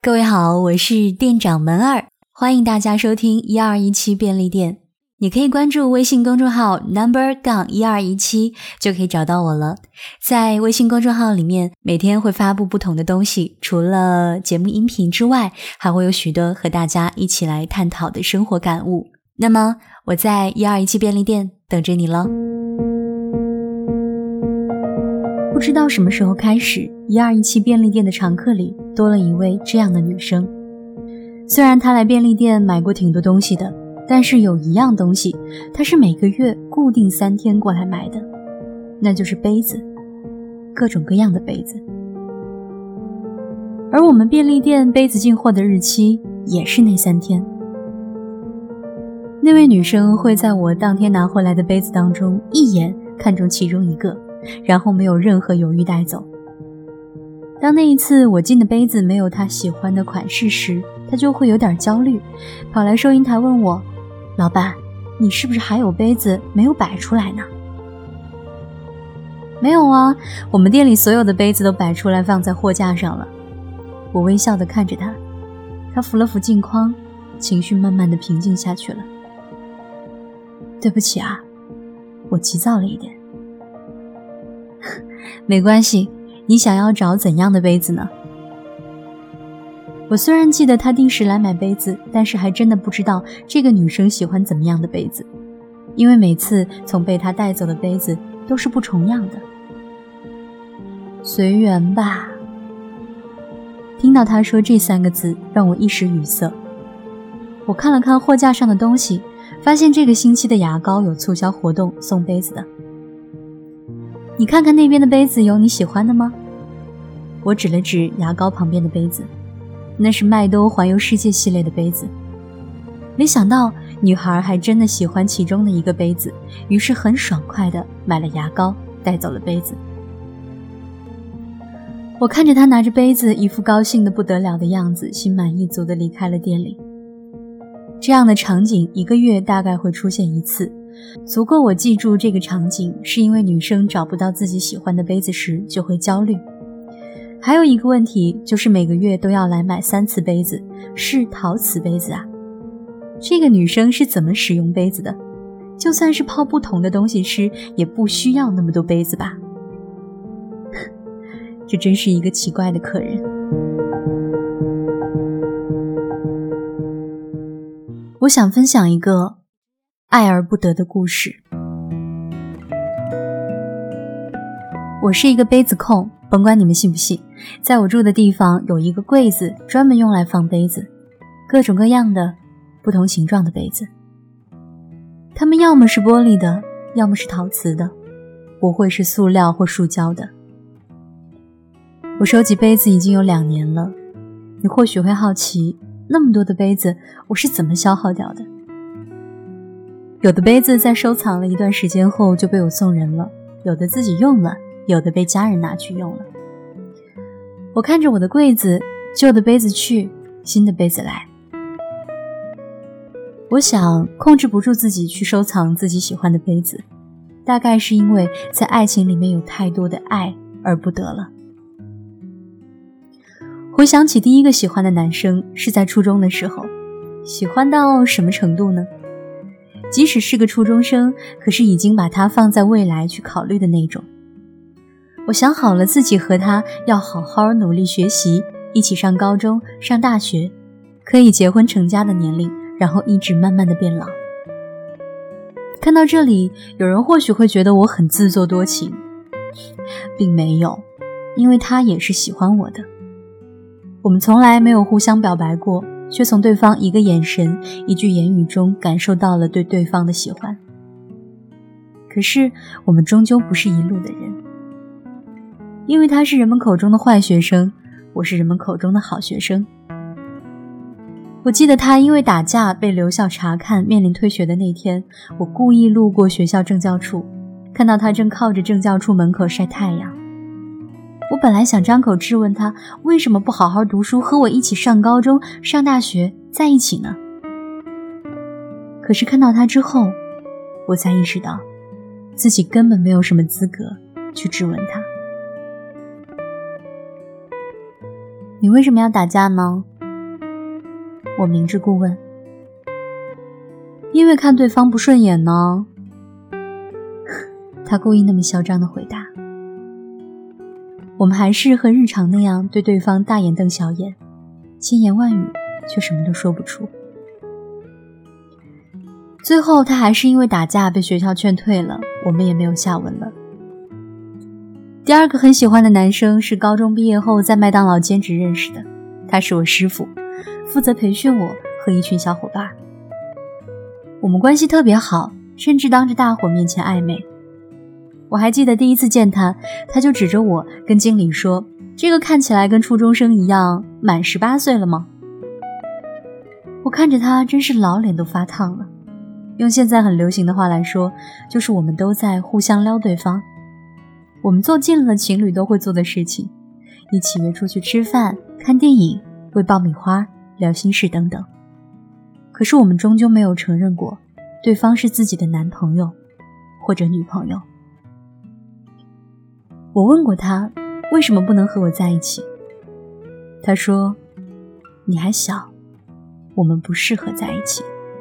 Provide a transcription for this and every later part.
各位好，我是店长门儿，欢迎大家收听1217便利店。你可以关注微信公众号 No.1217 就可以找到我了。在微信公众号里面，每天会发布不同的东西，除了节目音频之外，还会有许多和大家一起来探讨的生活感悟。那么我在1217便利店等着你了。不知道什么时候开始，1217便利店的常客里多了一位这样的女生。虽然她来便利店买过挺多东西的，但是有一样东西她是每个月固定3天过来买的，那就是杯子，各种各样的杯子。而我们便利店杯子进货的日期也是那3天。那位女生会在我当天拿回来的杯子当中一眼看中其中一个，然后没有任何犹豫带走。当那一次我进的杯子没有她喜欢的款式时，她就会有点焦虑，跑来收银台问我，老板，你是不是还有杯子没有摆出来呢？没有啊，我们店里所有的杯子都摆出来放在货架上了。我微笑地看着她，她扶了扶镜框，情绪慢慢地平静下去了。对不起啊，我急躁了一点。没关系，你想要找怎样的杯子呢？我虽然记得她定时来买杯子，但是还真的不知道这个女生喜欢怎么样的杯子，因为每次从被她带走的杯子都是不重样的。随缘吧。听到她说这3个字，让我一时语塞。我看了看货架上的东西，发现这个星期的牙膏有促销活动，送杯子的。你看看那边的杯子，有你喜欢的吗？我指了指牙膏旁边的杯子，那是麦兜环游世界系列的杯子。没想到女孩还真的喜欢其中的一个杯子，于是很爽快地买了牙膏，带走了杯子。我看着她拿着杯子，一副高兴得不得了的样子，心满意足地离开了店里。这样的场景1个月大概会出现1次，足够我记住这个场景，是因为女生找不到自己喜欢的杯子时就会焦虑。还有一个问题，就是每个月都要来买3次杯子，是陶瓷杯子啊。这个女生是怎么使用杯子的？就算是泡不同的东西吃，也不需要那么多杯子吧？这真是一个奇怪的客人。我想分享一个爱而不得的故事。我是一个杯子控，甭管你们信不信，在我住的地方有一个柜子专门用来放杯子，各种各样的不同形状的杯子。它们要么是玻璃的，要么是陶瓷的，不会是塑料或塑胶的。我收集杯子已经有2年了，你或许会好奇，那么多的杯子我是怎么消耗掉的？有的杯子在收藏了一段时间后就被我送人了，有的自己用了，有的被家人拿去用了。我看着我的柜子，旧的杯子去，新的杯子来。我想控制不住自己去收藏自己喜欢的杯子，大概是因为在爱情里面有太多的爱而不得了。回想起第一个喜欢的男生是在初中的时候，喜欢到什么程度呢？即使是个初中生，可是已经把他放在未来去考虑的那种。我想好了自己和他要好好努力学习，一起上高中上大学，可以结婚成家的年龄，然后一直慢慢的变老。看到这里，有人或许会觉得我很自作多情，并没有，因为他也是喜欢我的。我们从来没有互相表白过，却从对方一个眼神一句言语中感受到了对对方的喜欢。可是我们终究不是一路的人，因为他是人们口中的坏学生，我是人们口中的好学生。我记得他因为打架被留校查看，面临退学的那天，我故意路过学校政教处，看到他正靠着政教处门口晒太阳。我本来想张口质问他为什么不好好读书，和我一起上高中上大学在一起呢？可是看到他之后，我才意识到自己根本没有什么资格去质问他。你为什么要打架呢？ 我明知故问，因为看对方不顺眼呢。他故意那么嚣张地回答。我们还是和日常那样对对方大眼瞪小眼，千言万语却什么都说不出。最后他还是因为打架被学校劝退了，我们也没有下文了。第二个很喜欢的男生是高中毕业后在麦当劳兼职认识的，他是我师傅，负责培训我和一群小伙伴。我们关系特别好，甚至当着大伙面前暧昧。我还记得第一次见他，他就指着我跟经理说，这个看起来跟初中生一样，满18岁了吗？我看着他真是老脸都发烫了，用现在很流行的话来说，就是我们都在互相撩对方。我们做尽了情侣都会做的事情，一起约出去吃饭、看电影、喂爆米花、聊心事等等。可是我们终究没有承认过对方是自己的男朋友或者女朋友。我问过他为什么不能和我在一起，他说，你还小，我们不适合在一起。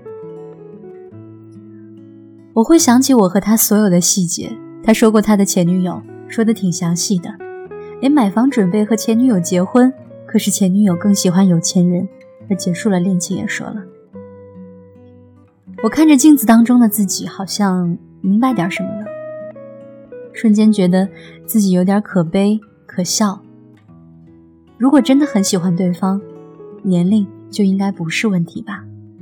我会想起我和他所有的细节，他说过他的前女友，说得挺详细的，连买房准备和前女友结婚，可是前女友更喜欢有钱人，而结束了恋情也说了。我看着镜子当中的自己，好像明白点什么了，瞬间觉得自己有点可悲可笑。如果真的很喜欢对方，年龄就应该不是问题吧。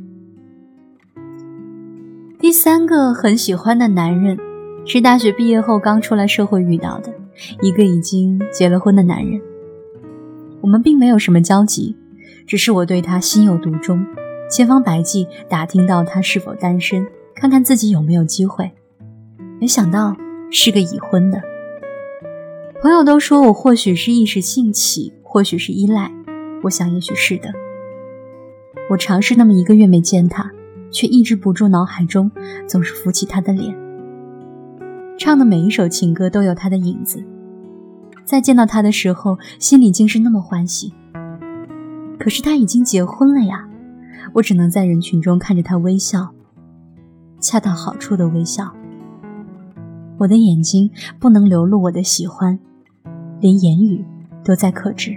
第三个很喜欢的男人是大学毕业后刚出来社会遇到的，一个已经结了婚的男人。我们并没有什么交集，只是我对他心有独钟，千方百计打听到他是否单身，看看自己有没有机会。没想到是个已婚的。朋友都说我或许是一时兴起，或许是依赖，我想也许是的。我尝试那么1个月没见他，却抑制不住脑海中总是浮起他的脸，唱的每一首情歌都有他的影子。再见到他的时候，心里竟是那么欢喜。可是他已经结婚了呀，我只能在人群中看着他微笑，恰到好处的微笑。我的眼睛不能流露我的喜欢，连言语都在克制。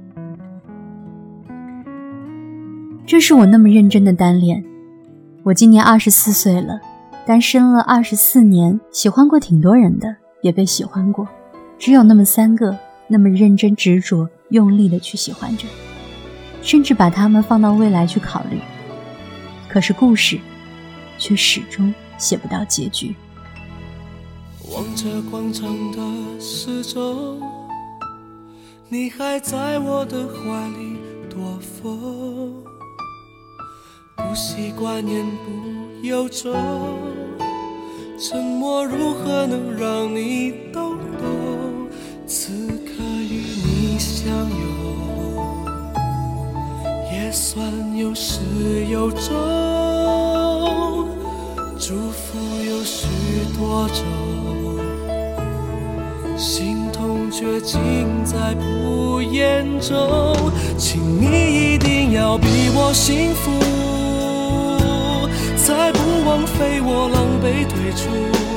这是我那么认真的单恋。我今年24岁了，单身了24年，喜欢过挺多人的，也被喜欢过，只有那么3个那么认真执着用力的去喜欢着，甚至把他们放到未来去考虑。可是故事却始终写不到结局。 望着广场的时钟，你还在我的怀里躲风，不习惯言不由衷，沉默如何能让你懂懂？此刻与你相拥，也算有始有终，祝福有许多种，心痛却尽在不言中。请你一定要比我幸福，才不枉费我狼狈退出，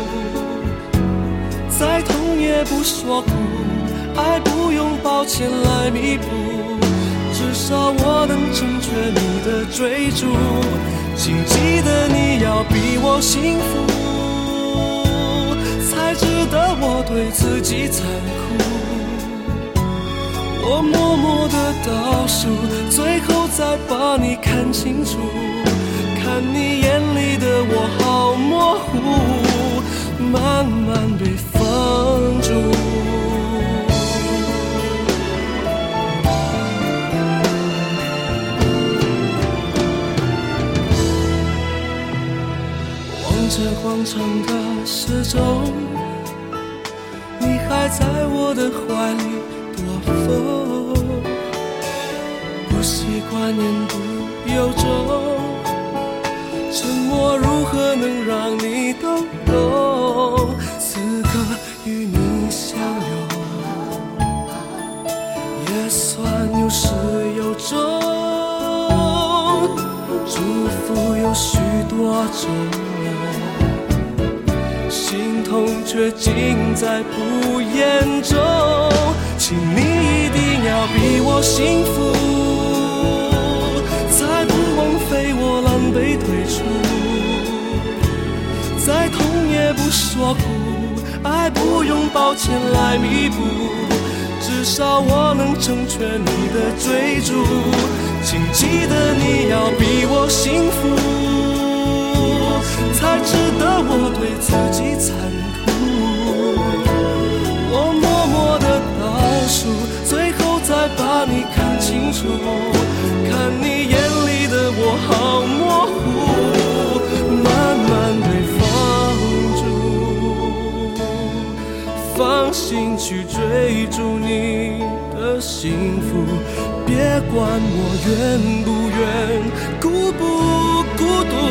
再痛也不说苦，爱不用抱歉来弥补，至少我能成全你的追逐。请记得你要比我幸福，才值得我对自己残酷。我默默的倒数，最后再把你看清楚，看你眼里的我好模糊，慢慢被放逐。望着广场的时钟，你还在我的怀里躲风，不习惯言不由衷，沉默如何能让你懂懂？此刻与你相拥，也算有始有终， 有许多种心痛却尽在不言中，请你一定要比我幸福，才不枉费我狼狈退出，再痛也不说苦，爱不用抱歉来弥补，至少我能成全你的追逐，请记得你要比我幸福，才值得我对自己残酷。我默默地倒数，最后再把你看清楚，看你眼里的我好模糊，慢慢被放逐，放心去追逐你的幸福，别管我愿不愿，孤不孤独，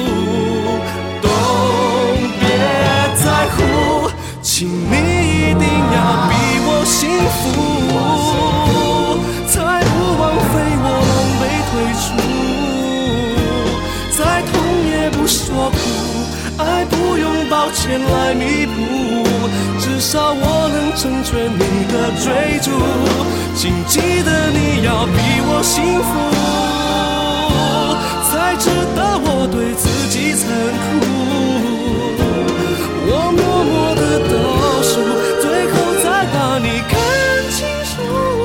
都别在乎，请你一定要比我幸福，才不枉费我狼狈退出，再痛也不说苦，爱不用抱歉来弥补，至少我能成全你的追逐，请记得你要比我幸福，才值得我对自己残酷。我默默地倒数，最后再把你看清楚，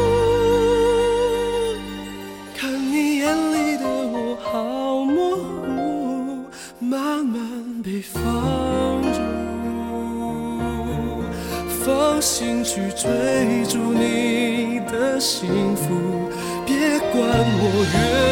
看你眼里的我好模糊，慢慢被放逐，放心去追逐你的幸福，别管我愿